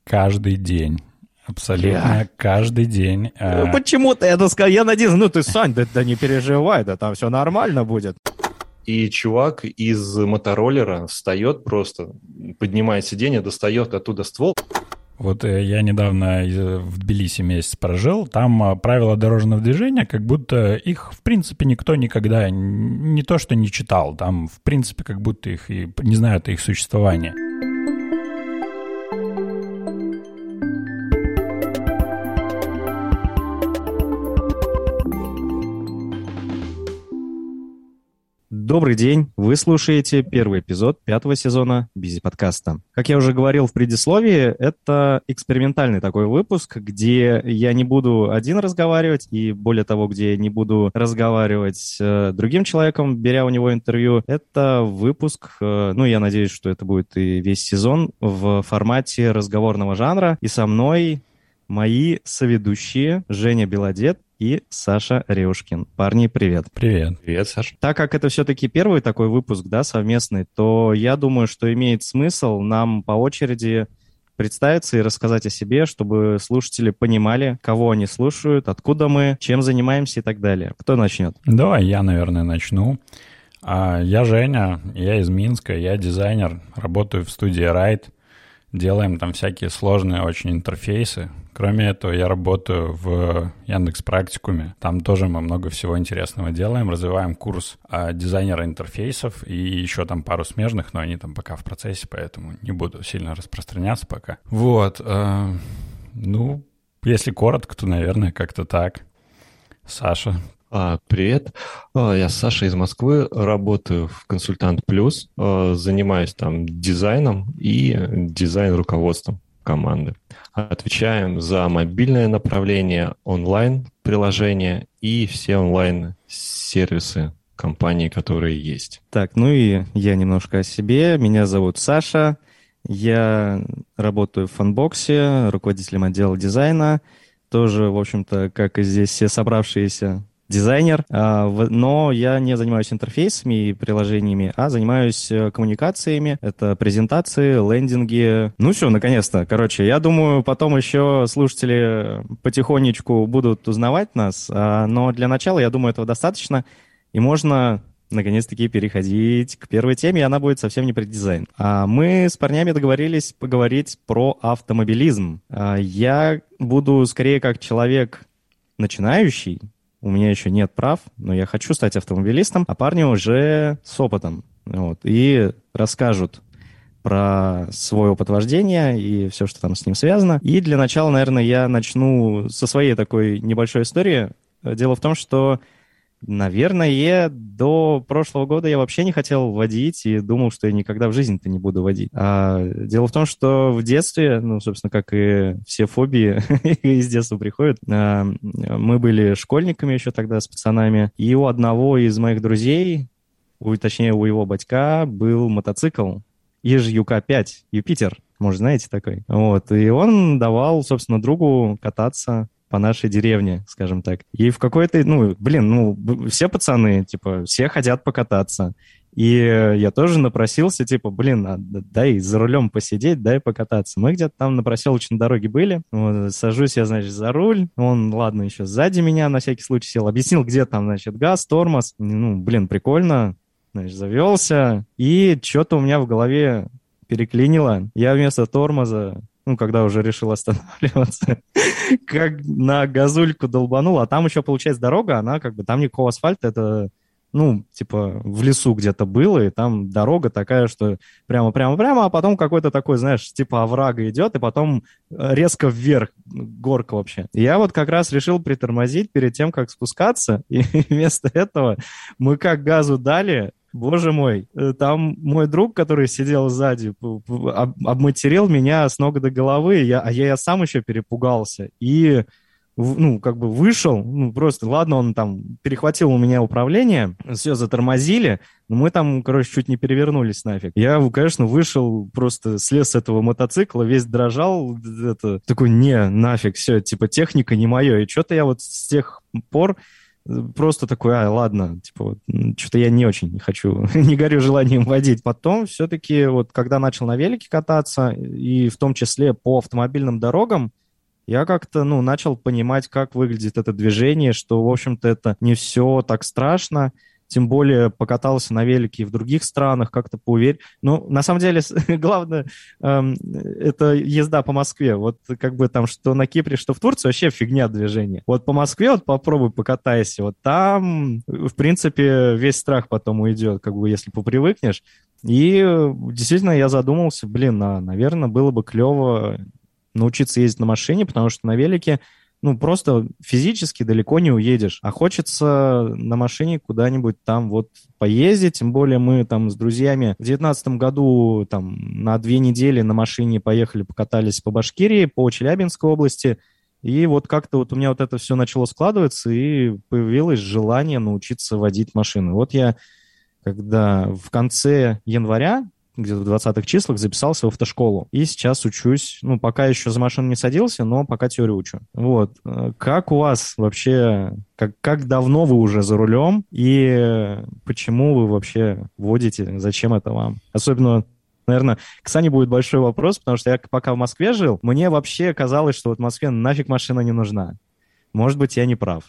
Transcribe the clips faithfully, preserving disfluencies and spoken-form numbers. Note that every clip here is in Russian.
каждый день. Абсолютно я... каждый день. Ну, почему-то я это сказал. Я надеюсь, ну ты, Сань, да, да не переживай, да там все нормально будет. И чувак из мотороллера встает просто, поднимает сиденье, достает оттуда ствол. Вот я недавно в Тбилиси месяц прожил, там правила дорожного движения, как будто их, в принципе, никто никогда не то что не читал, там, в принципе, как будто их и не знают о их существовании. Добрый день, вы слушаете первый эпизод пятого сезона Busy подкаста. Как я уже говорил в предисловии, это экспериментальный такой выпуск, где я не буду один разговаривать, и более того, где я не буду разговаривать с другим человеком, беря у него интервью. Это выпуск, ну, я надеюсь, что это будет и весь сезон, в формате разговорного жанра, и со мной мои соведущие Женя Белодед и Саша Реушкин. Парни, привет. Привет. Привет, Саша. Так как это все-таки первый такой выпуск, да, совместный, то я думаю, что имеет смысл нам по очереди представиться и рассказать о себе, чтобы слушатели понимали, кого они слушают, откуда мы, чем занимаемся и так далее. Кто начнет? Давай я, наверное, начну. Я Женя, я из Минска, я дизайнер, работаю в студии Ride. Делаем там всякие сложные очень интерфейсы. Кроме этого, я работаю в Яндекс.Практикуме. Там тоже мы много всего интересного делаем. Развиваем курс дизайнера интерфейсов и еще там пару смежных, но они там пока в процессе, поэтому не буду сильно распространяться пока. Вот. Ну, если коротко, то, наверное, как-то так. Саша. А, привет, я Саша из Москвы, работаю в Консультант Плюс, занимаюсь там дизайном и дизайн-руководством команды. Отвечаем за мобильное направление, онлайн-приложения и все онлайн-сервисы компании, которые есть. Так, ну и я немножко о себе. Меня зовут Саша, я работаю в Фанбоксе, руководителем отдела дизайна. Тоже, в общем-то, как и здесь все собравшиеся, дизайнер, но я не занимаюсь интерфейсами и приложениями, а занимаюсь коммуникациями. Это презентации, лендинги. Ну все, наконец-то. Короче, я думаю, потом еще слушатели потихонечку будут узнавать нас, но для начала, я думаю, этого достаточно, и можно наконец-таки переходить к первой теме, и она будет совсем не про дизайн. Мы с парнями договорились поговорить про автомобилизм. Я буду скорее как человек начинающий. У меня еще нет прав, но я хочу стать автомобилистом, а парни уже с опытом. Вот, и расскажут про свой опыт вождения и все, что там с ним связано. И для начала, наверное, я начну со своей такой небольшой истории. Дело в том, что, наверное, до прошлого года я вообще не хотел водить и думал, что я никогда в жизни-то не буду водить. А дело в том, что в детстве, ну, собственно, как и все фобии из детства приходят, мы были школьниками еще тогда с пацанами, и у одного из моих друзей, у, точнее, у его батька был мотоцикл Иж Ю Ка пять, Юпитер, может, знаете такой? Вот, и он давал, собственно, другу кататься по нашей деревне, скажем так. И в какой-то, ну, блин, ну, все пацаны, типа, все хотят покататься. И я тоже напросился, типа, блин, а, дай за рулем посидеть, дай покататься. Мы где-то там на проселочной дороге были. Вот, сажусь я, значит, за руль. Он, ладно, еще сзади меня на всякий случай сел. Объяснил, где там, значит, газ, тормоз. Ну, блин, прикольно. Значит, завелся. И что-то у меня в голове переклинило. Я вместо тормоза, ну, когда уже решил останавливаться, как на газульку долбанул, а там еще, получается, дорога, она как бы, там никакого асфальта, это, ну, типа, в лесу где-то было, и там дорога такая, что прямо-прямо-прямо, а потом какой-то такой, знаешь, типа оврага идет, и потом резко вверх, горка вообще. И я вот как раз решил притормозить перед тем, как спускаться, и вместо этого мы как газу дали. Боже мой, там мой друг, который сидел сзади, обматерил меня с ног до головы, я, а я сам еще перепугался. И, ну, как бы вышел, ну, просто, ладно, он там перехватил у меня управление, все, затормозили, но мы там, короче, чуть не перевернулись нафиг. Я, конечно, вышел, просто слез с этого мотоцикла, весь дрожал, это, такой, не, нафиг, все, типа, техника не мое. И что-то я вот с тех пор просто такой, а, ладно, типа, вот, что-то я не очень не хочу, не горю желанием водить. Потом все-таки, вот, когда начал на велике кататься, и в том числе по автомобильным дорогам, я как-то, ну, начал понимать, как выглядит это движение, что, в общем-то, это не все так страшно. Тем более покатался на велике и в других странах, как-то поуверь. Ну, на самом деле, главное, эм, это езда по Москве. Вот как бы там, что на Кипре, что в Турции, вообще фигня движения. Вот по Москве вот попробуй покатайся. Вот там, в принципе, весь страх потом уйдет, как бы, если попривыкнешь. И действительно я задумался, блин, а, наверное, было бы клево научиться ездить на машине, потому что на велике, ну, просто физически далеко не уедешь. А хочется на машине куда-нибудь там вот поездить. Тем более мы там с друзьями в девятнадцатом году там на две недели на машине поехали, покатались по Башкирии, по Челябинской области. И вот как-то вот у меня вот это все начало складываться, и появилось желание научиться водить машину. Вот я, когда в конце января, где-то в двадцатых числах записался в автошколу. И сейчас учусь, ну, пока еще за машину не садился, но пока теорию учу. Вот. Как у вас вообще, как, как давно вы уже за рулем, и почему вы вообще водите, зачем это вам? Особенно, наверное, к Сане будет большой вопрос, потому что я пока в Москве жил, мне вообще казалось, что вот в Москве нафиг машина не нужна. Может быть, я не прав.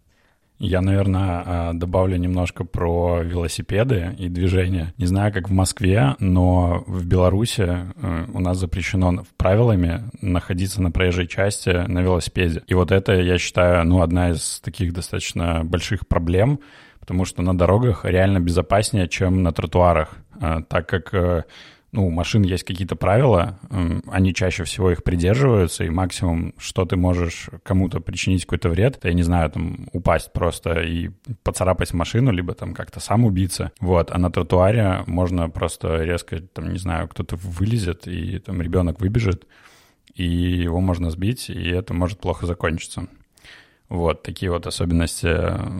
Я, наверное, добавлю немножко про велосипеды и движение. Не знаю, как в Москве, но в Беларуси у нас запрещено правилами находиться на проезжей части на велосипеде. И вот это, я считаю, ну, одна из таких достаточно больших проблем, потому что на дорогах реально безопаснее, чем на тротуарах, так как... Ну, у машин есть какие-то правила, они чаще всего их придерживаются, и максимум, что ты можешь кому-то причинить какой-то вред, это, я не знаю, там, упасть просто и поцарапать машину, либо там как-то сам убиться. Вот, а на тротуаре можно просто резко, там, не знаю, кто-то вылезет, и там ребенок выбежит, и его можно сбить, и это может плохо закончиться. Вот, такие вот особенности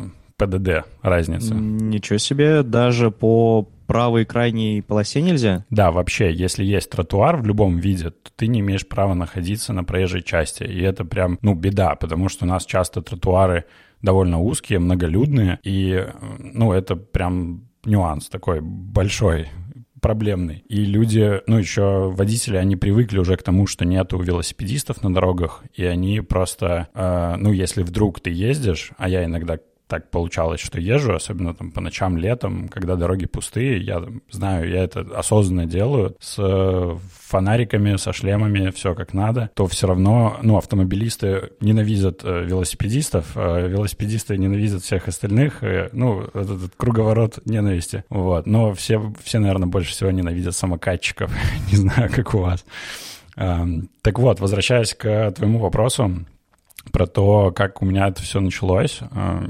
ПДД, разница. Ничего себе, даже по правой крайней полосе нельзя? Да, вообще, если есть тротуар в любом виде, то ты не имеешь права находиться на проезжей части. И это прям, ну, беда, потому что у нас часто тротуары довольно узкие, многолюдные, и, ну, это прям нюанс такой большой, проблемный. И люди, ну, еще водители, они привыкли уже к тому, что нету велосипедистов на дорогах, и они просто, э, ну, если вдруг ты ездишь, а я иногда так получалось, что езжу, особенно там по ночам, летом, когда дороги пустые, я знаю, я это осознанно делаю, с фонариками, со шлемами, все как надо, то все равно, ну, автомобилисты ненавидят э, велосипедистов, э, велосипедисты ненавидят всех остальных, э, ну, этот, этот круговорот ненависти, вот, но все, все, наверное, больше всего ненавидят самокатчиков, не знаю, как у вас. Э, так вот, возвращаясь к твоему вопросу, про то, как у меня это все началось.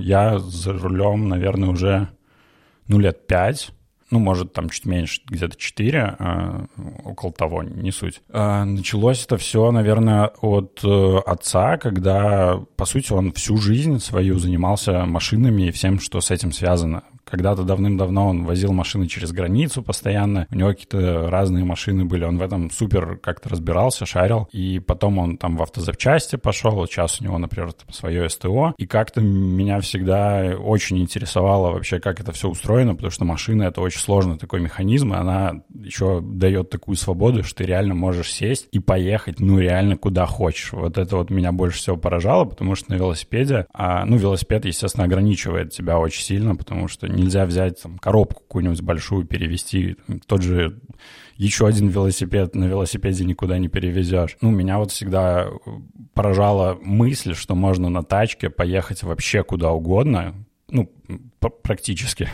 Я за рулем, наверное, уже, ну, лет пять, ну, может, там чуть меньше, где-то четыре, около того, не суть. Началось это все, наверное, от отца, когда, по сути, он всю жизнь свою занимался машинами и всем, что с этим связано. Когда-то давным-давно он возил машины через границу постоянно, у него какие-то разные машины были, он в этом супер как-то разбирался, шарил, и потом он там в автозапчасти пошел, сейчас у него, например, свое СТО, и как-то меня всегда очень интересовало вообще, как это все устроено, потому что машина — это очень сложный такой механизм, и она еще дает такую свободу, что ты реально можешь сесть и поехать, ну, реально куда хочешь. Вот это вот меня больше всего поражало, потому что на велосипеде, а, ну, велосипед, естественно, ограничивает тебя очень сильно, потому что нельзя взять там коробку какую-нибудь большую, перевезти. Тот же еще один велосипед на велосипеде никуда не перевезешь. Ну, меня вот всегда поражала мысль, что можно на тачке поехать вообще куда угодно, ну, практически.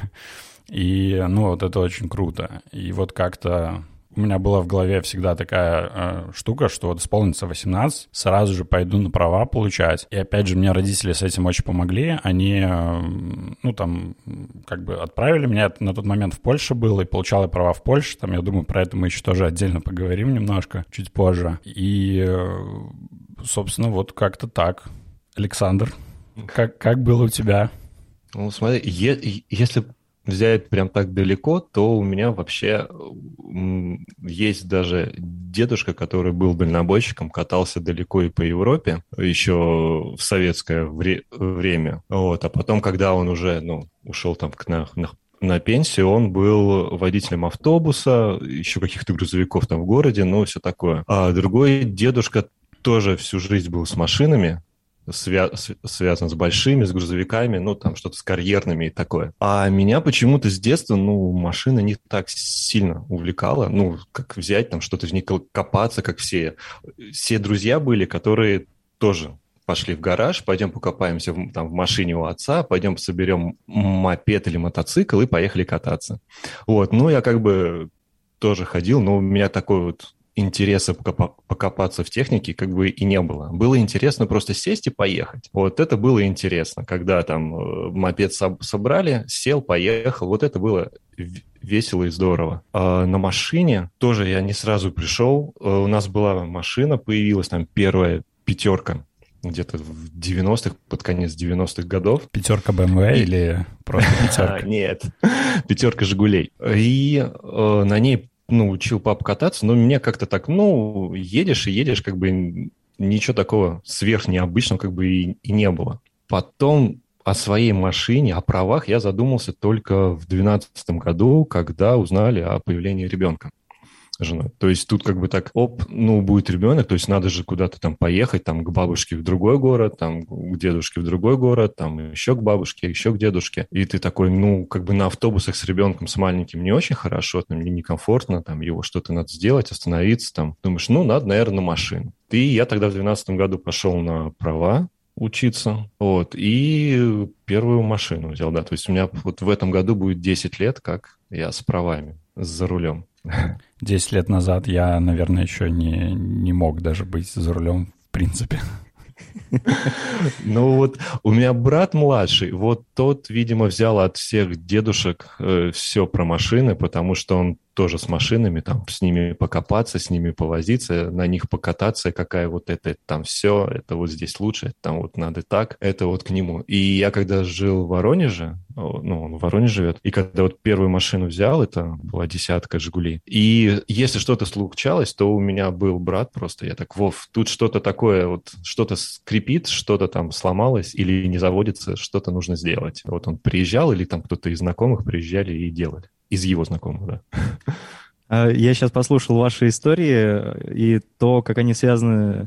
И, ну, вот это очень круто. И вот как-то у меня была в голове всегда такая э, штука, что вот исполнится восемнадцать, сразу же пойду на права получать. И опять же, мне родители с этим очень помогли. Они, э, ну, там, как бы отправили меня. Это на тот момент в Польше было, и получал я права в Польше. Там, я думаю, про это мы еще тоже отдельно поговорим немножко, чуть позже. И, э, собственно, вот как-то так. Александр, как, как было у тебя? Ну, смотри, е- если взять прям так далеко, то у меня вообще м, есть даже дедушка, который был дальнобойщиком, катался далеко и по Европе, еще в советское вре- время. Вот. А потом, когда он уже ну, ушел там к на, на на пенсию, он был водителем автобуса, еще каких-то грузовиков там в городе, ну, все такое. А другой дедушка тоже всю жизнь был с машинами, свя- с- связан с большими, с грузовиками, ну, там что-то с карьерными и такое. А меня почему-то с детства, ну, машина не так сильно увлекала, ну, как взять там что-то в ней копаться, как все. Все друзья были, которые тоже пошли в гараж, пойдем покопаемся в, там, в машине у отца, пойдем соберем мопед или мотоцикл и поехали кататься. Вот, ну, я как бы тоже ходил, но у меня такой вот интереса покопа- покопаться в технике как бы и не было. Было интересно просто сесть и поехать. Вот это было интересно, когда там э, мопед соб- собрали, сел, поехал. Вот это было в- весело и здорово. А на машине тоже я не сразу пришел. Э, У нас была машина, появилась там первая пятерка где-то в девяностых, под конец девяностых годов. Пятерка бэ эм вэ И- или просто пятерка? Нет, пятерка «Жигулей». И э, на ней ну, учил папу кататься, но меня как-то так, ну, едешь и едешь, как бы н- ничего такого сверхнеобычного как бы и, и не было. Потом о своей машине, о правах я задумался только в двенадцатом году, когда узнали о появлении ребенка с женой. То есть тут как бы так, оп, ну, будет ребенок, то есть надо же куда-то там поехать, там, к бабушке в другой город, там, к дедушке в другой город, там, еще к бабушке, еще к дедушке. И ты такой, ну, как бы на автобусах с ребенком, с маленьким не очень хорошо, там, мне некомфортно, там, его что-то надо сделать, остановиться, там. Думаешь, ну, надо, наверное, на машину. И я тогда в двенадцатом году пошел на права, учиться, вот, и первую машину взял, да, то есть у меня вот в этом году будет десять лет, как я с правами, за рулем. Десять лет назад я, наверное, еще не, не мог даже быть за рулем, в принципе. Ну вот у меня брат младший, вот тот, видимо, взял от всех дедушек э, все про машины, потому что он тоже с машинами, там, с ними покопаться, с ними повозиться, на них покататься, какая вот это, это там все, это вот здесь лучше, это там вот надо так, это вот к нему. И я когда жил в Воронеже, ну, он в Воронеже живет, и когда вот первую машину взял, это была десятка «Жигулей», и если что-то случалось, то у меня был брат просто, я так, Вов, тут что-то такое, вот что-то скрипит, что-то там сломалось или не заводится, что-то нужно сделать. Вот он приезжал или там кто-то из знакомых приезжали и делали. Из его знакомых, да. А Я сейчас послушал ваши истории и то, как они связаны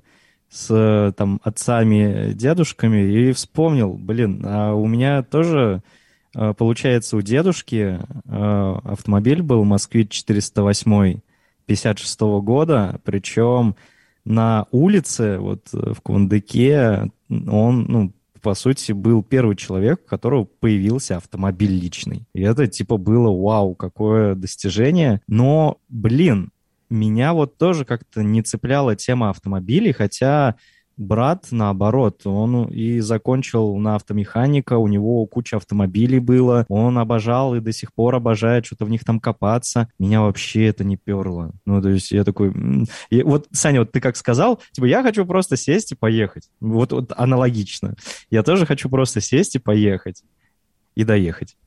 с там отцами, дедушками, и вспомнил, блин, а у меня тоже, э, получается, у дедушки э, автомобиль был «Москвич четыреста восемь» пятьдесят шестого года, причем на улице, вот э, в Кундыке, он, ну, по сути, был первый человек, у которого появился автомобиль личный. И это, типа, было вау, какое достижение. Но, блин, меня вот тоже как-то не цепляла тема автомобилей, хотя брат, наоборот, он и закончил на автомеханика, у него куча автомобилей было, он обожал и до сих пор обожает что-то в них там копаться. Меня вообще это не перло. Ну, то есть я такой... м, и вот, Саня, вот ты как сказал, типа, я хочу просто сесть и поехать. Вот, вот аналогично. Я тоже хочу просто сесть и поехать. И доехать.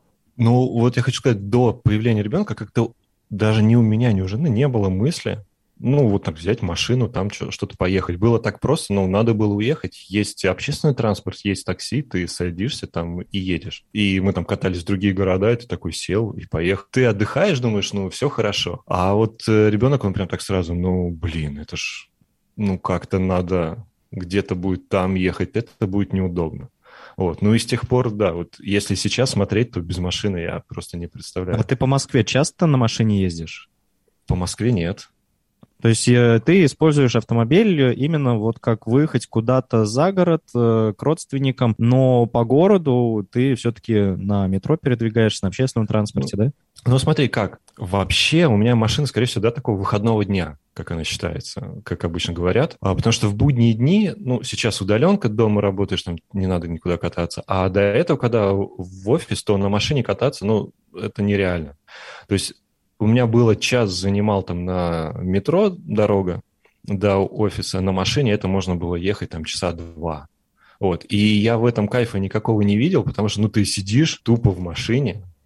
Ну, вот я хочу сказать, до появления ребенка как-то даже ни у меня, ни у жены не было мысли, ну, вот так взять машину, там чё- что-то поехать. Было так просто, но надо было уехать. Есть общественный транспорт, есть такси, ты садишься там и едешь. И мы там катались в другие города, и ты такой сел и поехал. Ты отдыхаешь, думаешь, ну, все хорошо. А вот э, ребенок, он прям так сразу, ну, блин, это ж, ну, как-то надо где-то будет там ехать, это будет неудобно. Вот. Ну и с тех пор, да, вот если сейчас смотреть, то без машины я просто не А представляю. вот ты по Москве часто на машине ездишь? По Москве нет. То есть э, ты используешь автомобиль именно вот как выехать куда-то за город э, к родственникам, но по городу ты все-таки на метро передвигаешься, на общественном транспорте, да? Ну смотри, как. Вообще у меня машина, скорее всего, да, такого выходного дня, как она считается, как обычно говорят. А, потому что в будние дни, ну, сейчас удаленка, дома работаешь, там не надо никуда кататься. А до этого, когда в офис, то на машине кататься, ну, это нереально. То есть у меня было час занимал там на метро дорога до офиса, на машине это можно было ехать там часа два. Вот. И я в этом кайфа никакого не видел, потому что, ну, ты сидишь тупо в машине,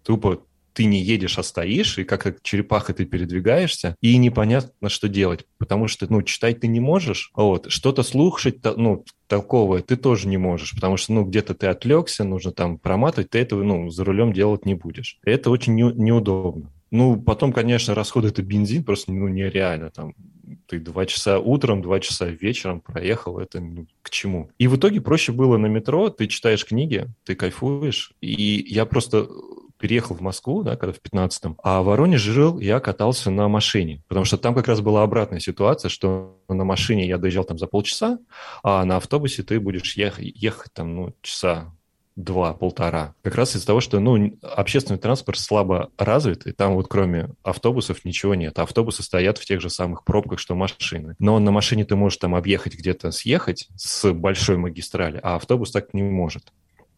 тупо ты не едешь, а стоишь, и как черепаха ты передвигаешься, и непонятно, что делать, потому что, ну, читать ты не можешь, вот, что-то слушать, ну, толковое ты тоже не можешь, потому что, ну, где-то ты отвлекся, нужно там проматывать, ты этого, ну, за рулем делать не будешь. И это очень не, неудобно. Ну, потом, конечно, расходы это бензин, просто, ну, нереально, там, ты два часа утром, два часа вечером проехал, это ну, к чему? И в итоге проще было на метро, ты читаешь книги, ты кайфуешь, и я просто переехал в Москву, да, когда в пятнадцатом, а в Воронеже жил, я катался на машине, потому что там как раз была обратная ситуация, что на машине я доезжал там за полчаса, а на автобусе ты будешь ехать, ехать там, ну, часа два-полтора. Как раз из-за того, что, ну, общественный транспорт слабо развит, и там вот кроме автобусов ничего нет. Автобусы стоят в тех же самых пробках, что машины. Но на машине ты можешь там объехать где-то, съехать с большой магистрали, а автобус так не может.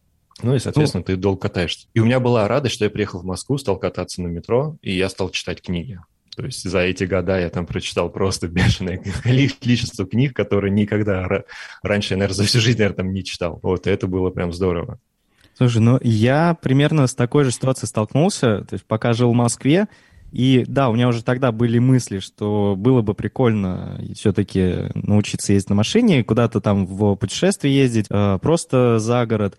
Ну и, соответственно, ну, ты долго катаешься. И у меня была радость, что я приехал в Москву, стал кататься на метро, и я стал читать книги. То есть за эти года я там прочитал просто бешеное количество книг, которые никогда раньше, наверное, за всю жизнь, наверное, там не читал. Вот, и это было прям здорово. Слушай, ну я примерно с такой же ситуацией столкнулся, то есть пока жил в Москве, и да, у меня уже тогда были мысли, что было бы прикольно все-таки научиться ездить на машине, куда-то там в путешествие ездить, просто за город.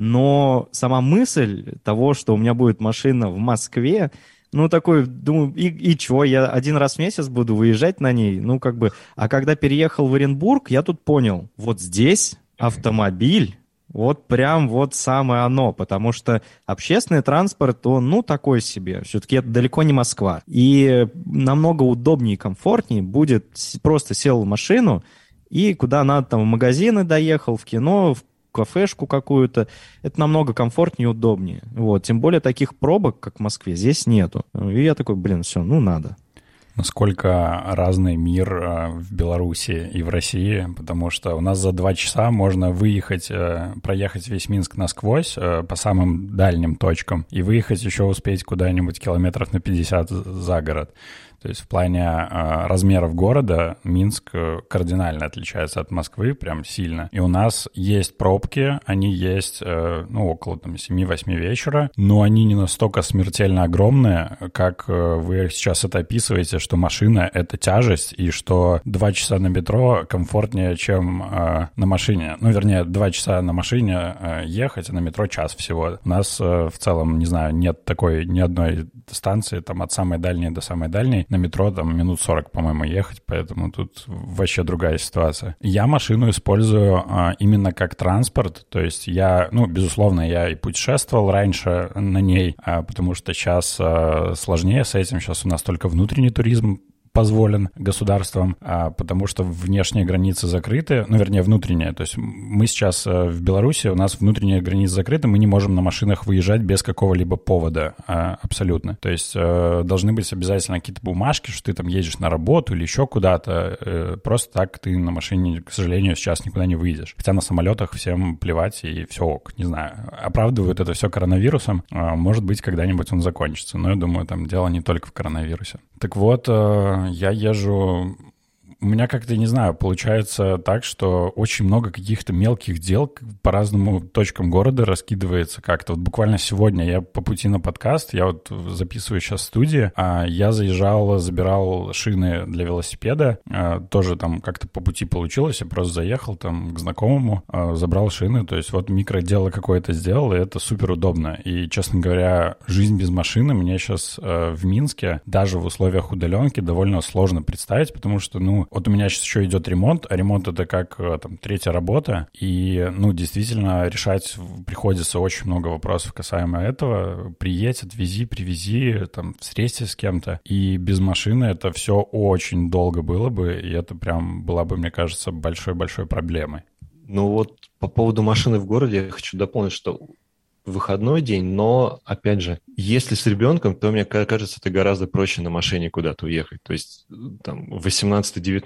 Но сама мысль того, что у меня будет машина в Москве, ну, такой, думаю, и, и чего, я один раз в месяц буду выезжать на ней, ну, как бы. А когда переехал в Оренбург, я тут понял, вот здесь автомобиль, вот прям вот самое оно, потому что общественный транспорт, он, ну, такой себе, все-таки это далеко не Москва. И намного удобнее и комфортнее будет просто сел в машину и куда надо, там, в магазины доехал, в кино, в кафешку какую-то, это намного комфортнее и удобнее. Вот. Тем более таких пробок, как в Москве, здесь нету. И я такой, блин, все, ну надо. Насколько разный мир в Беларуси и в России, потому что у нас за два часа можно выехать, проехать весь Минск насквозь по самым дальним точкам и выехать еще успеть куда-нибудь километров на пятьдесят за город. То есть в плане э, размеров города Минск кардинально отличается от Москвы, прям сильно. И у нас есть пробки, они есть, э, ну, около там семь-восемь вечера, но они не настолько смертельно огромные, как э, вы сейчас это описываете, что машина — это тяжесть, и что два часа на метро комфортнее, чем э, на машине. Ну, вернее, два часа на машине э, ехать, а на метро час всего. У нас э, в целом, не знаю, нет такой ни одной станции, там, от самой дальней до самой дальней, на метро там минут сорок, по-моему, ехать, поэтому тут вообще другая ситуация. Я машину использую а, именно как транспорт, то есть я, ну, безусловно, я и путешествовал раньше на ней, а, потому что сейчас а, сложнее с этим, сейчас у нас только внутренний туризм позволен государством, а, потому что внешние границы закрыты, ну, вернее, внутренние. То есть мы сейчас а, в Беларуси, у нас внутренние границы закрыты, мы не можем на машинах выезжать без какого-либо повода а, абсолютно. То есть а, должны быть обязательно какие-то бумажки, что ты там едешь на работу или еще куда-то. А, просто так ты на машине, к сожалению, сейчас никуда не выйдешь. Хотя на самолетах всем плевать и все ок. Не знаю, оправдывают это все коронавирусом. А, может быть, когда-нибудь он закончится. Но я думаю, там дело не только в коронавирусе. Так вот, я езжу... У меня как-то, не знаю, получается так, что очень много каких-то мелких дел по разным точкам города раскидывается как-то. Вот буквально сегодня я по пути на подкаст, я вот записываю сейчас в студии, а я заезжал, забирал шины для велосипеда, тоже там как-то по пути получилось, я просто заехал там к знакомому, забрал шины, то есть вот микродело какое-то сделал, и это супер удобно. И, честно говоря, жизнь без машины мне сейчас в Минске, даже в условиях удаленки, довольно сложно представить, потому что, ну, вот у меня сейчас еще идет ремонт, а ремонт — это как там третья работа, и, ну, действительно решать приходится очень много вопросов касаемо этого. Приедь, отвези, привези, там, встреться с кем-то. И без машины это все очень долго было бы, и это прям была бы, мне кажется, большой-большой проблемой. Ну вот по поводу машины в городе я хочу дополнить, что выходной день, но, опять же, если с ребенком, то, мне кажется, это гораздо проще на машине куда-то уехать. То есть там восемнадцатый-девятнадцатый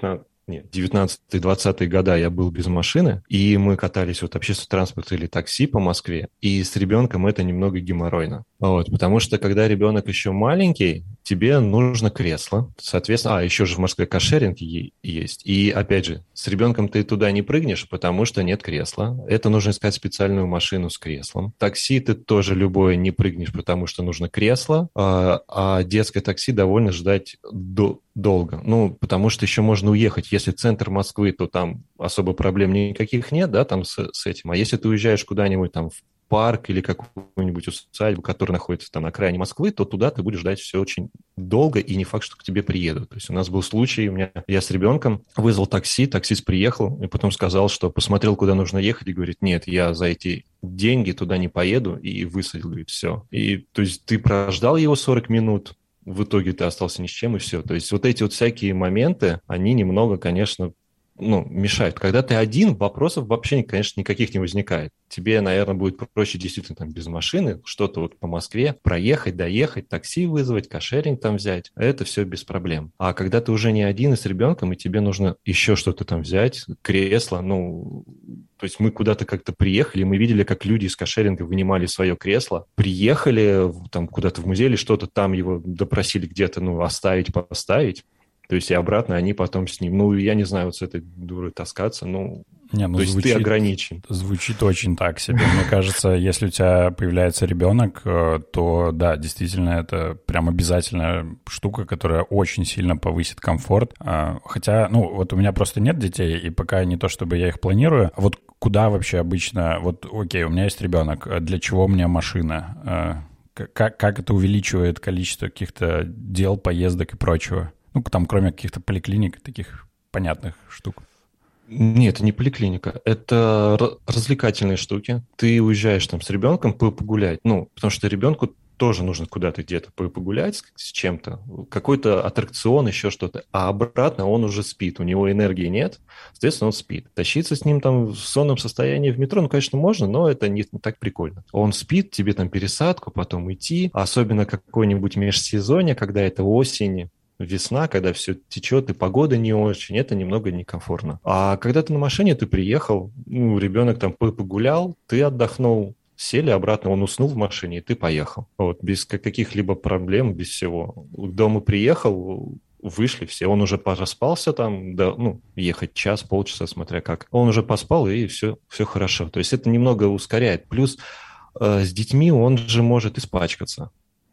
нет, девятнадцатые-двадцатые года я был без машины, и мы катались вот общественный транспорт или такси по Москве, и с ребенком это немного геморройно. Вот, потому что когда ребенок еще маленький, тебе нужно кресло, соответственно, а еще же в Москве каршеринг есть, и опять же, с ребенком ты туда не прыгнешь, потому что нет кресла, это нужно искать специальную машину с креслом. Такси ты тоже любое не прыгнешь, потому что нужно кресло, а, а детское такси довольно ждать до долго. Ну, потому что еще можно уехать. Если центр Москвы, то там особо проблем никаких нет, да, там с, с этим. А если ты уезжаешь куда-нибудь там в парк или какую-нибудь усадьбу, которая находится там на окраине Москвы, то туда ты будешь ждать все очень долго, и не факт, что к тебе приедут. То есть у нас был случай, у меня, я с ребенком вызвал такси, таксист приехал, и потом сказал, что посмотрел, куда нужно ехать, и говорит, нет, я за эти деньги туда не поеду, и высадил, говорит, все. И то есть ты прождал его сорок минут, в итоге ты остался ни с чем, и все. То есть вот эти вот всякие моменты, они немного, конечно, ну, мешают. Когда ты один, вопросов вообще, конечно, никаких не возникает. Тебе, наверное, будет проще действительно там без машины что-то вот по Москве проехать, доехать, такси вызвать, кошеринг там взять. Это все без проблем. А когда ты уже не один и с ребенком, и тебе нужно еще что-то там взять, кресло, ну... То есть мы куда-то как-то приехали, мы видели, как люди из кошеринга вынимали свое кресло, приехали там куда-то в музей или что-то, там его допросили где-то, ну, оставить, поставить. То есть и обратно они потом с ним, ну, я не знаю, вот с этой дурой таскаться, ну, не, ну то есть звучит, ты ограничен. Звучит очень так себе. Мне кажется, если у тебя появляется ребенок, то да, действительно, это прям обязательная штука, которая очень сильно повысит комфорт. Хотя, ну, вот у меня просто нет детей, и пока не то, чтобы я их планирую, а вот куда вообще обычно, вот, окей, у меня есть ребенок, для чего мне машина? Как, как это увеличивает количество каких-то дел, поездок и прочего? Ну, там, кроме каких-то поликлиник, таких понятных штук. Нет, это не поликлиника, это развлекательные штуки. Ты уезжаешь там с ребенком погулять, ну, потому что ребенку тоже нужно куда-то где-то погулять с чем-то, какой-то аттракцион, еще что-то, а обратно он уже спит, у него энергии нет, соответственно, он спит. Тащиться с ним там в сонном состоянии в метро, ну, конечно, можно, но это не, не так прикольно. Он спит, тебе там пересадку, потом идти, особенно какой-нибудь межсезонье, когда это осень, весна, когда все течет, и погода не очень, это немного некомфортно. А когда ты на машине, ты приехал, ну, ребенок там погулял, ты отдохнул, сели обратно, он уснул в машине, и ты поехал. Вот, без каких-либо проблем, без всего. К дому приехал, вышли все, он уже пораспался там, да, ну, ехать час, полчаса, смотря как. Он уже поспал, и все, все хорошо. То есть это немного ускоряет. Плюс э, с детьми он же может испачкаться.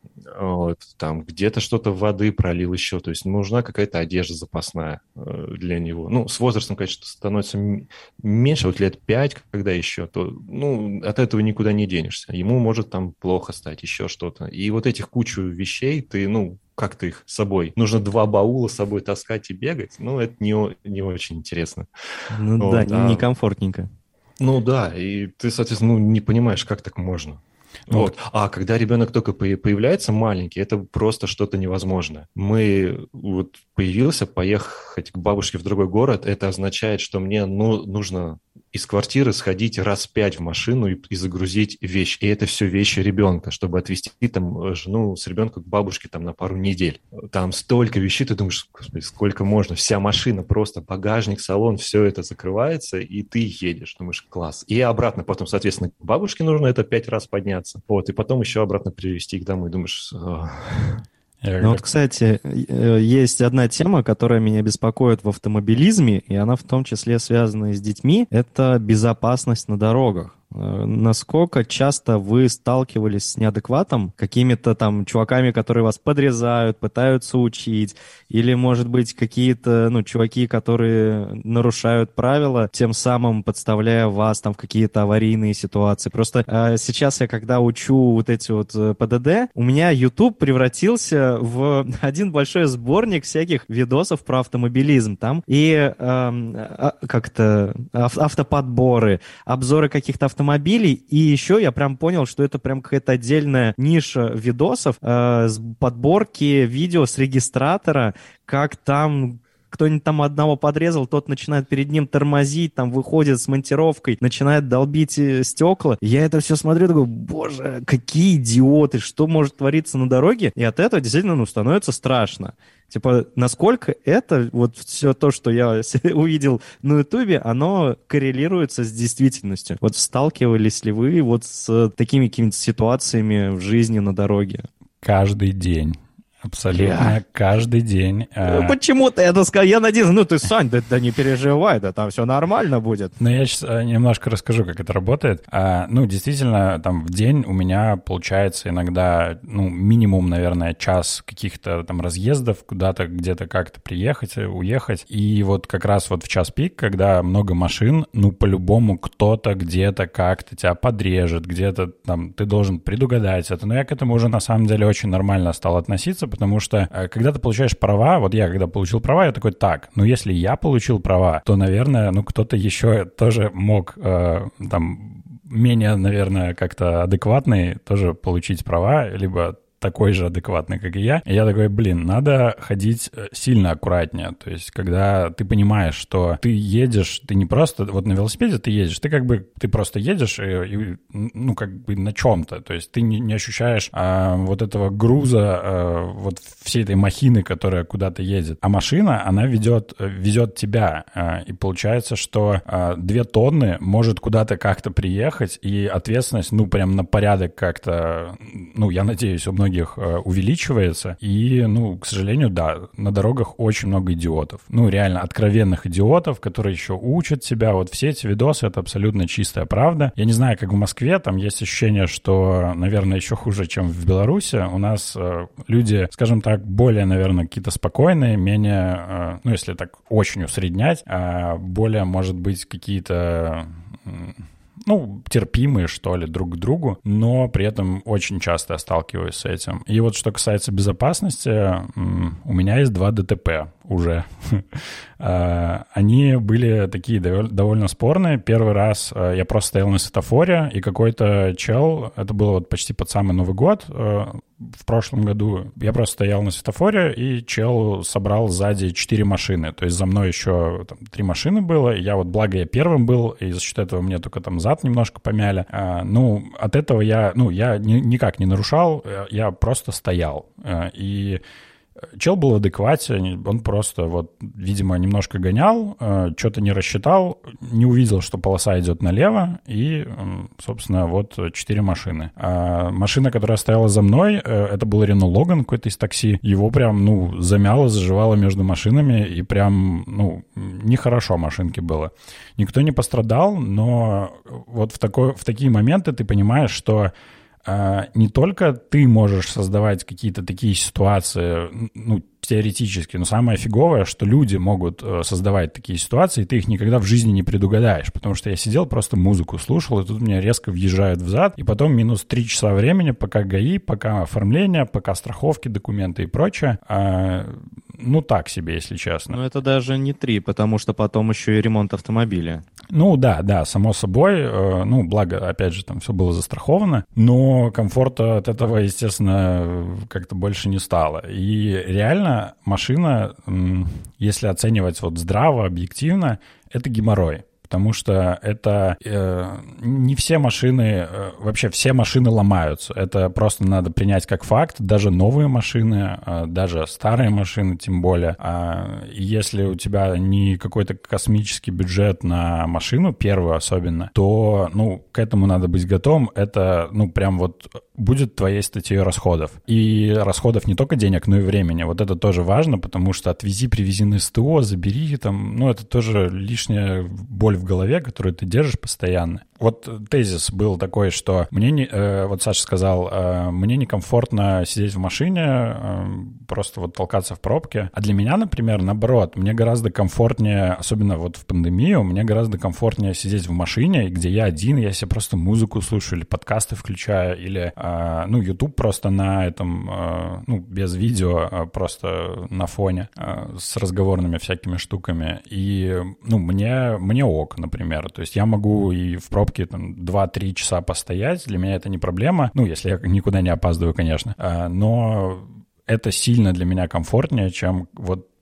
Вот, там где-то что-то воды пролил еще, то есть нужна какая-то одежда запасная э, для него. Ну, с возрастом, конечно, становится меньше, вот лет пять, когда еще, то, ну, от этого никуда не денешься. Ему может там плохо стать, еще что-то. И вот этих кучу вещей ты, ну, как ты их с собой? Нужно два баула с собой таскать и бегать? Ну, это не, не очень интересно. Ну вот, да, а... некомфортненько. Ну да, и ты, соответственно, ну, не понимаешь, как так можно. Вот. А когда ребенок только появляется маленький, это просто что-то невозможное. Мы вот появился, поехать к бабушке в другой город, это означает, что мне ну, нужно из квартиры сходить раз пять в машину и, и загрузить вещь. И это все вещи ребенка, чтобы отвезти там жену с ребенком к бабушке там на пару недель. Там столько вещей, ты думаешь, господи, сколько можно? Вся машина просто, багажник, салон, все это закрывается, и ты едешь. Думаешь, класс. И обратно потом, соответственно, к бабушке нужно это пять раз подняться. Вот, и потом еще обратно привезти их домой. Думаешь... Ну вот, кстати, есть одна тема, которая меня беспокоит в автомобилизме, и она в том числе связана с детьми, это безопасность на дорогах. Насколько часто вы сталкивались с неадекватом, какими-то там чуваками, которые вас подрезают, пытаются учить, или, может быть, какие-то, ну, чуваки, которые нарушают правила, тем самым подставляя вас там в какие-то аварийные ситуации. Просто э, сейчас я, когда учу вот эти вот ПДД, у меня YouTube превратился в один большой сборник всяких видосов про автомобилизм. Там и э, как-то автоподборы, обзоры каких-то автомобилей, автомобилей, и еще я прям понял, что это прям какая-то отдельная ниша видосов, э, с подборки видео с регистратора, как там кто-нибудь там одного подрезал, тот начинает перед ним тормозить, там выходит с монтировкой, начинает долбить стекла. Я это все смотрю, такой, боже, какие идиоты, что может твориться на дороге? И от этого действительно, ну, становится страшно. Типа, насколько это, вот все то, что я увидел на Ютубе, оно коррелируется с действительностью. Вот сталкивались ли вы вот с такими какими-то ситуациями в жизни на дороге? Каждый день. Абсолютно я... каждый день. Ну, почему ты это сказал? Я надеюсь, ну ты, Сань, да, да не переживай, да там все нормально будет. Ну, я сейчас немножко расскажу, как это работает. А, ну, действительно, там в день у меня получается иногда, ну, минимум, наверное, час каких-то там разъездов, куда-то, где-то как-то приехать, уехать. И вот как раз вот в час пик, когда много машин, ну, по-любому кто-то где-то как-то тебя подрежет, где-то там ты должен предугадать это. Но я к этому уже на самом деле очень нормально стал относиться, потому что э, когда ты получаешь права, вот я когда получил права, я такой, так, ну если я получил права, то, наверное, ну кто-то еще тоже мог э, там менее, наверное, как-то адекватный тоже получить права, либо такой же адекватный, как и я. И я такой, блин, надо ходить сильно аккуратнее. То есть, когда ты понимаешь, что ты едешь, ты не просто... Вот на велосипеде ты едешь, ты как бы... Ты просто едешь, и, и, ну, как бы на чем-то. То есть, ты не, не ощущаешь а, вот этого груза, а, вот всей этой махины, которая куда-то едет. А машина, она ведет, везет тебя. А, и получается, что а, две тонны может куда-то как-то приехать, и ответственность, ну, прям на порядок как-то... Ну, я надеюсь, у многих увеличивается. И, ну, к сожалению, да, на дорогах очень много идиотов. Ну, реально откровенных идиотов, которые еще учат себя. Вот все эти видосы — это абсолютно чистая правда. Я не знаю, как в Москве, там есть ощущение, что, наверное, еще хуже, чем в Беларуси. У нас э, люди, скажем так, более, наверное, какие-то спокойные, менее, э, ну, если так очень усреднять, э, более, может быть, какие-то... Э, ну, терпимые, что ли, друг к другу, но при этом очень часто я сталкиваюсь с этим. И вот что касается безопасности, у меня есть два ДТП уже. Они были такие довольно спорные. Первый раз я просто стоял на светофоре, и какой-то чел, это было вот почти под самый Новый год, в прошлом году, я просто стоял на светофоре, и чел собрал сзади четыре машины. То есть за мной еще там, три машины было. Я вот, благо, я первым был, и за счет этого мне только там зад немножко помяли. А, ну, от этого я, ну, я ни, никак не нарушал, я просто стоял. А, и чел был в адеквате, он просто вот, видимо, немножко гонял, что-то не рассчитал, не увидел, что полоса идет налево, и, собственно, вот четыре машины. А машина, которая стояла за мной, это был Renault Logan какой-то из такси, его прям, ну, замяло, заживало между машинами, и прям, ну, нехорошо машинке было. Никто не пострадал, но вот в, такой, в такие моменты ты понимаешь, что не только ты можешь создавать какие-то такие ситуации, ну, теоретически, но самое фиговое, что люди могут создавать такие ситуации, и ты их никогда в жизни не предугадаешь, потому что я сидел, просто музыку слушал, и тут меня резко въезжают в зад, и потом минус три часа времени, пока ГАИ, пока оформление, пока страховки, документы и прочее. А, ну, так себе, если честно. Ну, это даже не три, потому что потом еще и ремонт автомобиля. Ну, да, да, само собой. Ну, благо, опять же, там все было застраховано, но комфорта от этого, естественно, как-то больше не стало. И реально машина, если оценивать вот здраво, объективно, это геморрой. Потому что это э, не все машины, э, вообще все машины ломаются. Это просто надо принять как факт. Даже новые машины, э, даже старые машины тем более. А если у тебя не какой-то космический бюджет на машину, первую особенно, то, ну, к этому надо быть готовым. Это, ну, прям вот будет твоей статьей расходов. И расходов не только денег, но и времени. Вот это тоже важно, потому что отвези, привези на СТО, забери там, ну, это тоже лишняя боль в голове, которую ты держишь постоянно. Вот тезис был такой, что мне не, э, вот Саша сказал, э, мне некомфортно сидеть в машине, э, просто вот толкаться в пробке. А для меня, например, наоборот, мне гораздо комфортнее, особенно вот в пандемию, мне гораздо комфортнее сидеть в машине, где я один, я себе просто музыку слушаю или подкасты включаю, или, э, ну, YouTube просто на этом, э, ну, без видео, э, просто на фоне э, с разговорными всякими штуками. И, ну, мне, мне ок, например. То есть я могу и в пробке там два-три часа постоять, для меня это не проблема, ну, если я никуда не опаздываю, конечно, но это сильно для меня комфортнее, чем вот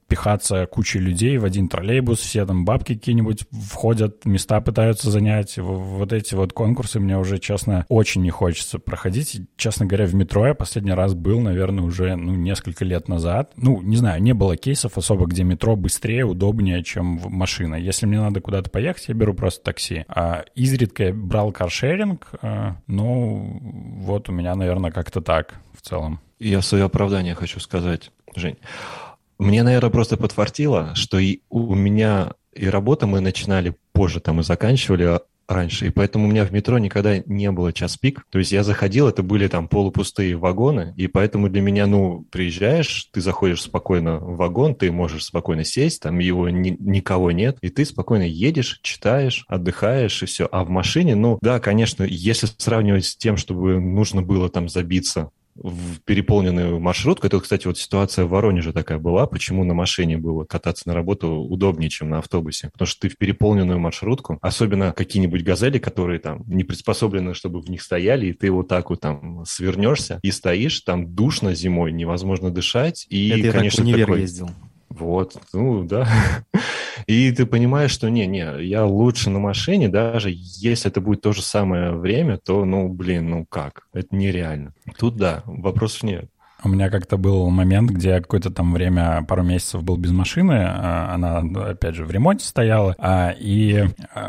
пихаться кучей людей в один троллейбус, все там бабки какие-нибудь входят, места пытаются занять. Вот эти вот конкурсы мне уже, честно, очень не хочется проходить. И, честно говоря, в метро я последний раз был, наверное, уже ну, несколько лет назад. Ну, не знаю, не было кейсов особо, где метро быстрее, удобнее, чем машина. Если мне надо куда-то поехать, я беру просто такси. А изредка я брал каршеринг, а, ну, вот у меня, наверное, как-то так в целом. Я в свое оправдание хочу сказать, Жень. Мне, наверное, просто подфартило, что и у меня и работа мы начинали позже там и заканчивали раньше, и поэтому у меня в метро никогда не было час-пик. То есть я заходил, это были там полупустые вагоны, и поэтому для меня, ну, приезжаешь, ты заходишь спокойно в вагон, ты можешь спокойно сесть, там его ни, никого нет, и ты спокойно едешь, читаешь, отдыхаешь, и все. А в машине, ну, да, конечно, если сравнивать с тем, чтобы нужно было там забиться в переполненную маршрутку. Это, кстати, вот ситуация в Воронеже такая была. Почему на машине было кататься на работу удобнее, чем на автобусе? Потому что ты в переполненную маршрутку, особенно какие-нибудь газели, которые там не приспособлены, чтобы в них стояли, и ты вот так вот там свернешься и стоишь, там душно зимой, невозможно дышать. И, это я конечно, так в универ такой... ездил. Вот, ну да. И ты понимаешь, что не-не, я лучше на машине, даже если это будет то же самое время, то, ну, блин, ну как? Это нереально. Тут да, вопросов нет. У меня как-то был момент, где я какое-то там время, пару месяцев был без машины, она, опять же, в ремонте стояла, и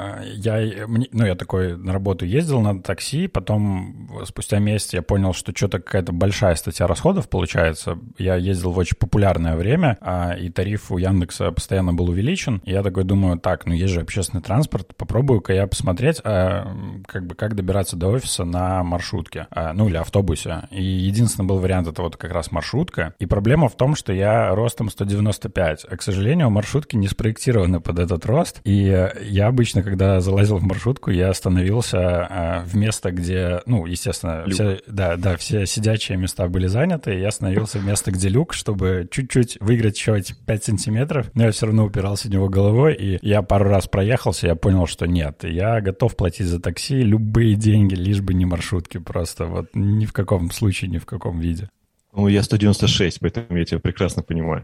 я, ну, я такой на работу ездил на такси, потом спустя месяц я понял, что что-то какая-то большая статья расходов получается. Я ездил в очень популярное время, и тариф у Яндекса постоянно был увеличен, и я такой думаю, так, ну, есть же общественный транспорт, попробую-ка я посмотреть, как бы, как добираться до офиса на маршрутке, ну, или автобусе. И единственный был вариант — это вот как раз маршрутка. И проблема в том, что я ростом сто девяносто пять, а, к сожалению, маршрутки не спроектированы под этот рост. И я обычно, когда залазил в маршрутку, я становился в место, где, ну, естественно, все, да, да, все сидячие места были заняты, и я становился в место, где люк, чтобы чуть-чуть выиграть еще эти пять сантиметров, но я все равно упирался в него головой, и я пару раз проехался, я понял, что нет, я готов платить за такси любые деньги, лишь бы не маршрутки, просто вот ни в каком случае, ни в каком виде. Ну, я сто девяносто шесть, поэтому я тебя прекрасно понимаю.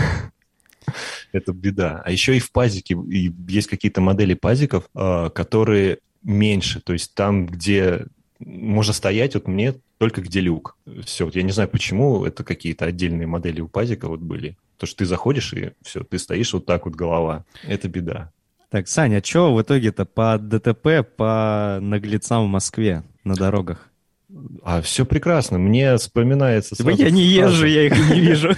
Это беда. А еще и в пазике есть какие-то модели пазиков, которые меньше. То есть там, где можно стоять, вот мне только где люк. Все. Вот я не знаю, почему это какие-то отдельные модели у пазика вот были. То, что ты заходишь, и все, ты стоишь вот так вот, голова. Это беда. Так, Саня, а что в итоге-то по ДТП, по наглецам в Москве на дорогах? А все прекрасно. Мне вспоминается сразу... Я не езжу, фраза. Я их не вижу.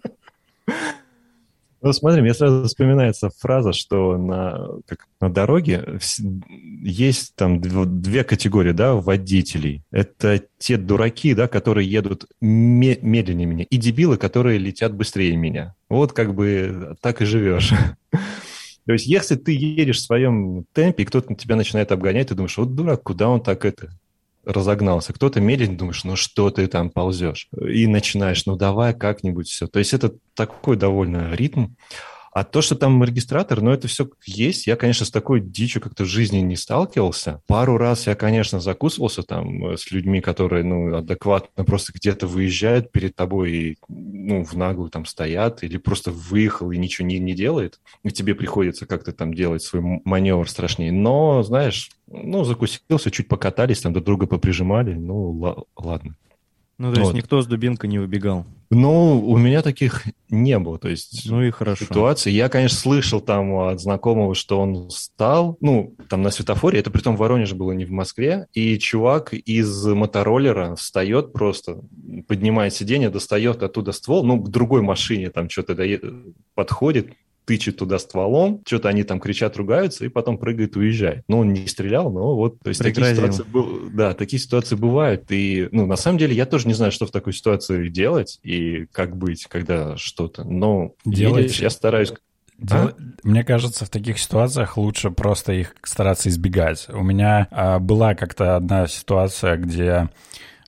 Ну, смотри, мне сразу вспоминается фраза, что на, как, на дороге есть там две категории, да, водителей. Это те дураки, да, которые едут медленнее меня, и дебилы, которые летят быстрее меня. Вот как бы так и живешь. То есть если ты едешь в своем темпе, и кто-то тебя начинает обгонять, ты думаешь, вот дурак, куда он так это... разогнался. Кто-то медленно думаешь, ну что ты там ползешь? И начинаешь, ну давай как-нибудь все. То есть это такой довольно ритм. А то, что там регистратор, ну это все есть. Я, конечно, с такой дичью как-то в жизни не сталкивался. Пару раз я, конечно, закусывался там с людьми, которые, ну, адекватно просто где-то выезжают перед тобой и, ну, в наглую там стоят, или просто выехал и ничего не, не делает, и тебе приходится как-то там делать свой маневр страшнее. Но, знаешь, ну, закусился, чуть покатались, там друг друга поприжимали, ну, л- ладно. Ну, то есть вот. Никто с дубинкой не выбегал? Ну, у меня таких не было, то есть ну и хорошо. ситуации. Я, конечно, слышал там от знакомого, что он встал, ну, там на светофоре, это притом в Воронеже было, не в Москве, и чувак из мотороллера встает просто, поднимает сиденье, достает оттуда ствол, ну, к другой машине там что-то подходит, тычет туда стволом, что-то они там кричат, ругаются, и потом прыгает, уезжает. Ну, он не стрелял, но вот, то есть такие ситуации, да, такие ситуации бывают. И, ну, на самом деле, я тоже не знаю, что в такой ситуации делать и как быть, когда что-то. Но делать, едешь, я стараюсь... Дел... А? Мне кажется, в таких ситуациях лучше просто их стараться избегать. У меня а, была как-то одна ситуация, где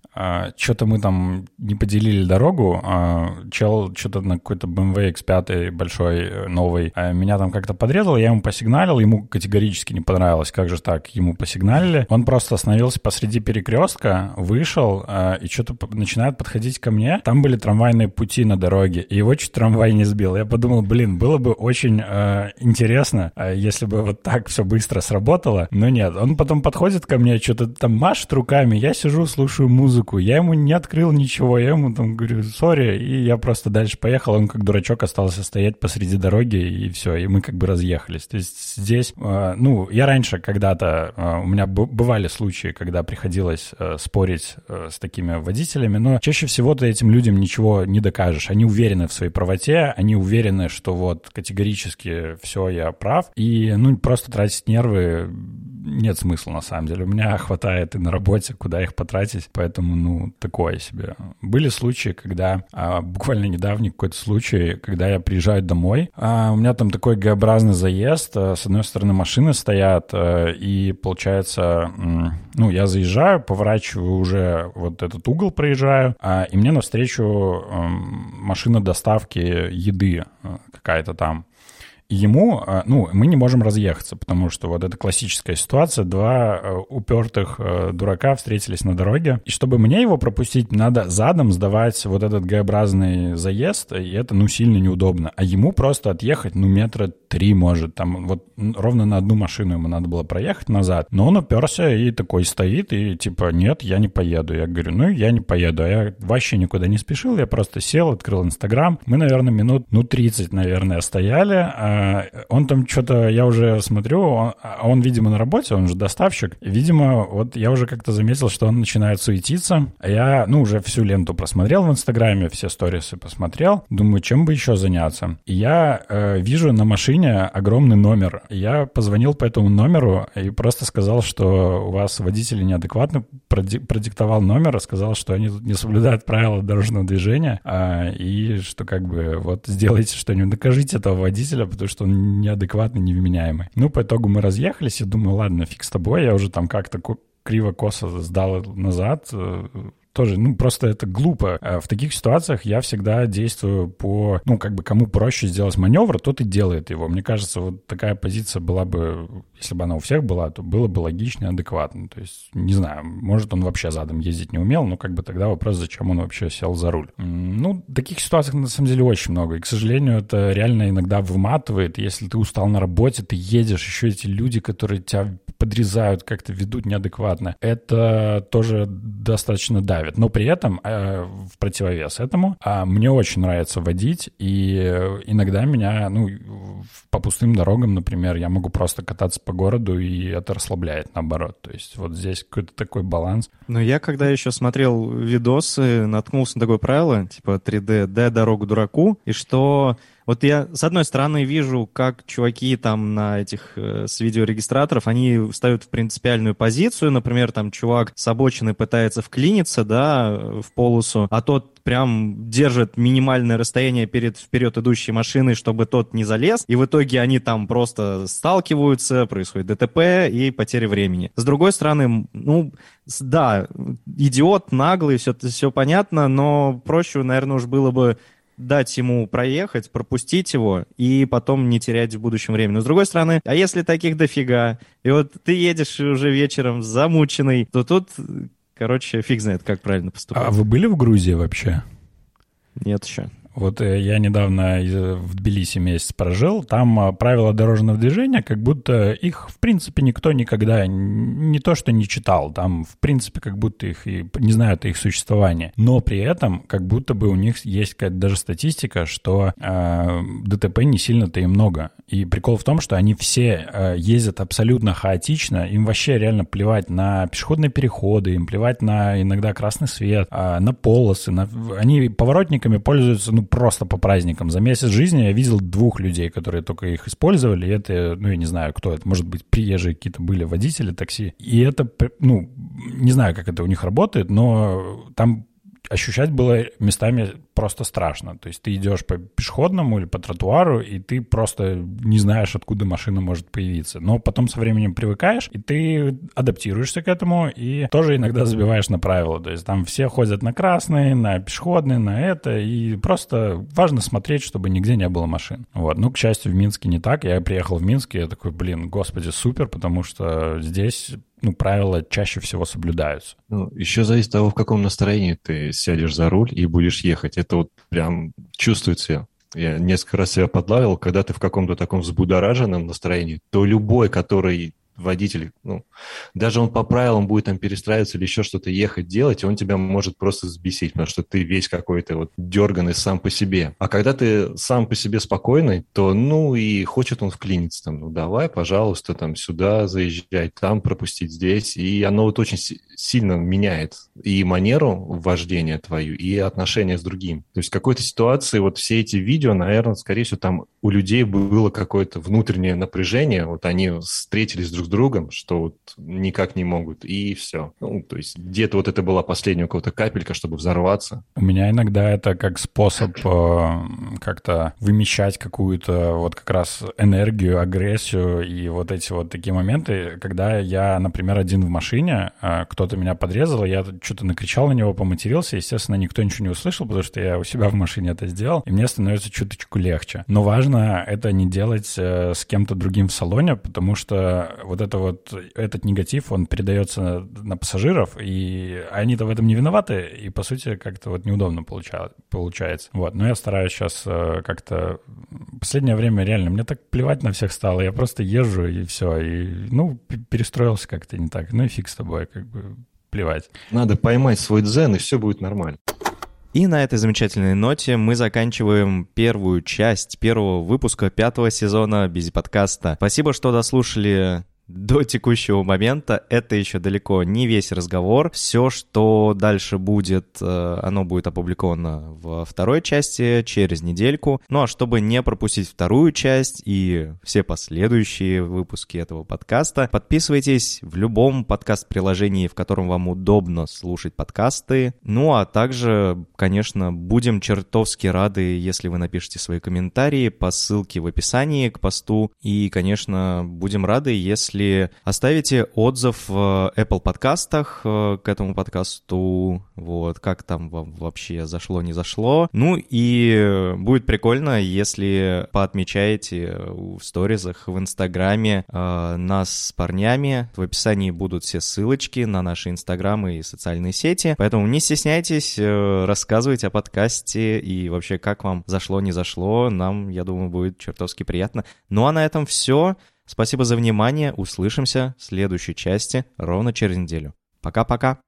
А, что-то мы там не поделили дорогу, а, чел что-то на какой-то бэ эм вэ икс пять большой, новый, а меня там как-то подрезал, я ему посигналил, ему категорически не понравилось, как же так, ему посигналили. Он просто остановился посреди перекрестка, вышел а, и что-то начинает подходить ко мне. Там были трамвайные пути на дороге, и его чуть трамвай не сбил. Я подумал, блин, было бы очень а, интересно, а, если бы вот так все быстро сработало, но нет. Он потом подходит ко мне, что-то там машет руками, я сижу, слушаю музыку, я ему не открыл ничего, я ему там говорю, сори, и я просто дальше поехал, он как дурачок остался стоять посреди дороги, и все, и мы как бы разъехались. То есть здесь, э, ну, я раньше когда-то, э, у меня б- бывали случаи, когда приходилось э, спорить э, с такими водителями, но чаще всего ты этим людям ничего не докажешь. Они уверены в своей правоте, они уверены, что вот категорически все, я прав, и, ну, просто тратить нервы нет смысла на самом деле. У меня хватает и на работе, куда их потратить, поэтому, ну, такое себе. Были случаи, когда, а, буквально недавний какой-то случай, когда я приезжаю домой, а, у меня там такой Г-образный заезд, а, с одной стороны машины стоят, а, и получается, м, ну, я заезжаю, поворачиваю уже вот этот угол, проезжаю, а, и мне навстречу а, машина доставки еды а, какая-то там. Ему, ну, мы не можем разъехаться, потому что вот это классическая ситуация, два упертых дурака встретились на дороге, и чтобы мне его пропустить, надо задом сдавать вот этот Г-образный заезд, и это, ну, сильно неудобно, а ему просто отъехать, ну, метра три, может, там вот ровно на одну машину ему надо было проехать назад, но он уперся и такой стоит, и типа, нет, я не поеду. Я говорю, ну, я не поеду, а я вообще никуда не спешил, я просто сел, открыл Инстаграм, мы, наверное, минут, ну, тридцать, наверное, стояли. Он там что-то, я уже смотрю, он, он, видимо, на работе, он же доставщик. И, видимо, вот я уже как-то заметил, что он начинает суетиться. А я, ну, уже всю ленту просмотрел в Инстаграме, все сторисы посмотрел. Думаю, чем бы еще заняться. И я э, вижу на машине огромный номер. Я позвонил по этому номеру и просто сказал, что у вас водители неадекватны, продиктовал номер, сказал, что они тут не соблюдают правила дорожного движения, а, и что как бы вот сделайте что-нибудь, докажите этого водителя, потому что он неадекватный, невменяемый. Ну, по итогу мы разъехались, и думаю, ладно, фиг с тобой, я уже там как-то криво-косо сдал назад. Тоже, ну, просто это глупо. В таких ситуациях я всегда действую по, ну, как бы кому проще сделать маневр, тот и делает его. Мне кажется, вот такая позиция была бы, если бы она у всех была, то было бы логично и адекватно. То есть, не знаю, может, он вообще задом ездить не умел, но как бы тогда вопрос, зачем он вообще сел за руль. Ну, таких ситуаций, на самом деле, очень много. И, к сожалению, это реально иногда выматывает. Если ты устал на работе, ты едешь, еще эти люди, которые тебя подрезают, как-то ведут неадекватно. Это тоже достаточно давит. Но при этом, э, в противовес этому, э, мне очень нравится водить, и иногда меня, ну, по пустым дорогам, например, я могу просто кататься по городу, и это расслабляет, наоборот. То есть вот здесь какой-то такой баланс. Но я, когда еще смотрел видосы, наткнулся на такое правило, типа три дэ, дай дорогу дураку, и что... Вот я, с одной стороны, вижу, как чуваки там на этих э, с видеорегистраторов, они встают в принципиальную позицию. Например, там чувак с обочины пытается вклиниться, да, в полосу, а тот прям держит минимальное расстояние перед вперед идущей машиной, чтобы тот не залез. И в итоге они там просто сталкиваются, происходит дэ тэ пэ и потеря времени. С другой стороны, ну, да, идиот, наглый, все, все понятно, но проще, наверное, уж было бы дать ему проехать, пропустить его и потом не терять в будущем время. Но с другой стороны, а если таких дофига, и вот ты едешь уже вечером замученный, то тут, короче, фиг знает, как правильно поступать. А вы были в Грузии вообще? Нет еще. Вот я недавно в Тбилиси месяц прожил, там правила дорожного движения, как будто их, в принципе, никто никогда не то что не читал, там, в принципе, как будто их и не знают о их существовании. Но при этом, как будто бы у них есть какая-то даже статистика, что э, дэ тэ пэ не сильно-то и много. И прикол в том, что они все э, ездят абсолютно хаотично, им вообще реально плевать на пешеходные переходы, им плевать на иногда красный свет, э, на полосы, на... они поворотниками пользуются, ну, просто по праздникам. За месяц жизни я видел двух людей, которые только их использовали, и это, ну, я не знаю, кто это, может быть, приезжие какие-то были, водители такси, и это, ну, не знаю, как это у них работает, но там ощущать было местами просто страшно. То есть ты идешь по пешеходному или по тротуару, и ты просто не знаешь, откуда машина может появиться. Но потом со временем привыкаешь, и ты адаптируешься к этому, и тоже иногда забиваешь на правила. То есть там все ходят на красный, на пешеходный, на это, и просто важно смотреть, чтобы нигде не было машин. Вот. Ну, к счастью, в Минске не так. Я приехал в Минск, и я такой, блин, господи, супер, потому что здесь... ну, правила чаще всего соблюдаются. Ну, еще зависит от того, в каком настроении ты сядешь за руль и будешь ехать. Это вот прям чувствуется. Я несколько раз себя подлавил, когда ты в каком-то таком взбудораженном настроении, то любой, который водитель, ну, даже он по правилам будет там перестраиваться или еще что-то ехать, делать, он тебя может просто взбесить, потому что ты весь какой-то вот дерганый сам по себе. А когда ты сам по себе спокойный, то, ну, и хочет он вклиниться там, ну, давай, пожалуйста, там, сюда заезжать, там пропустить, здесь. И оно вот очень сильно меняет и манеру вождения твою, и отношения с другим. То есть в какой-то ситуации вот все эти видео, наверное, скорее всего, там у людей было какое-то внутреннее напряжение, вот они встретились друг с другом, что вот никак не могут, и все. Ну, то есть где-то вот это была последняя у кого-то капелька, чтобы взорваться. У меня иногда это как способ э, как-то вымещать какую-то вот как раз энергию, агрессию и вот эти вот такие моменты, когда я, например, один в машине, э, кто-то меня подрезал, я что-то накричал на него, поматерился, естественно, никто ничего не услышал, потому что я у себя в машине это сделал, и мне становится чуточку легче. Но важно это не делать э, с кем-то другим в салоне, потому что вот это вот, этот негатив, он передается на пассажиров, и они-то в этом не виноваты, и, по сути, как-то вот неудобно получа- получается. Вот, но я стараюсь сейчас э, как-то... Последнее время реально, мне так плевать на всех стало, я просто езжу, и все, и, ну, перестроился как-то не так, ну и фиг с тобой, как бы, плевать. Надо поймать свой дзен, и все будет нормально. И на этой замечательной ноте мы заканчиваем первую часть первого выпуска пятого сезона Бизи-подкаста. Спасибо, что дослушали до текущего момента. Это еще далеко не весь разговор. Все, что дальше будет, оно будет опубликовано во второй части через недельку. Ну а чтобы не пропустить вторую часть и все последующие выпуски этого подкаста, подписывайтесь в любом подкаст-приложении, в котором вам удобно слушать подкасты. Ну а также, конечно, будем чертовски рады, если вы напишите свои комментарии по ссылке в описании к посту. И, конечно, будем рады, если оставите отзыв в Apple подкастах к этому подкасту, вот, как там вам вообще зашло, не зашло. Ну и будет прикольно, если поотмечаете в сторизах в Инстаграме э, нас с парнями. В описании будут все ссылочки на наши Инстаграмы и социальные сети, поэтому не стесняйтесь, э, рассказывайте о подкасте и вообще как вам зашло, не зашло. Нам, я думаю, будет чертовски приятно. Ну а на этом все. Спасибо за внимание. Услышимся в следующей части ровно через неделю. Пока-пока.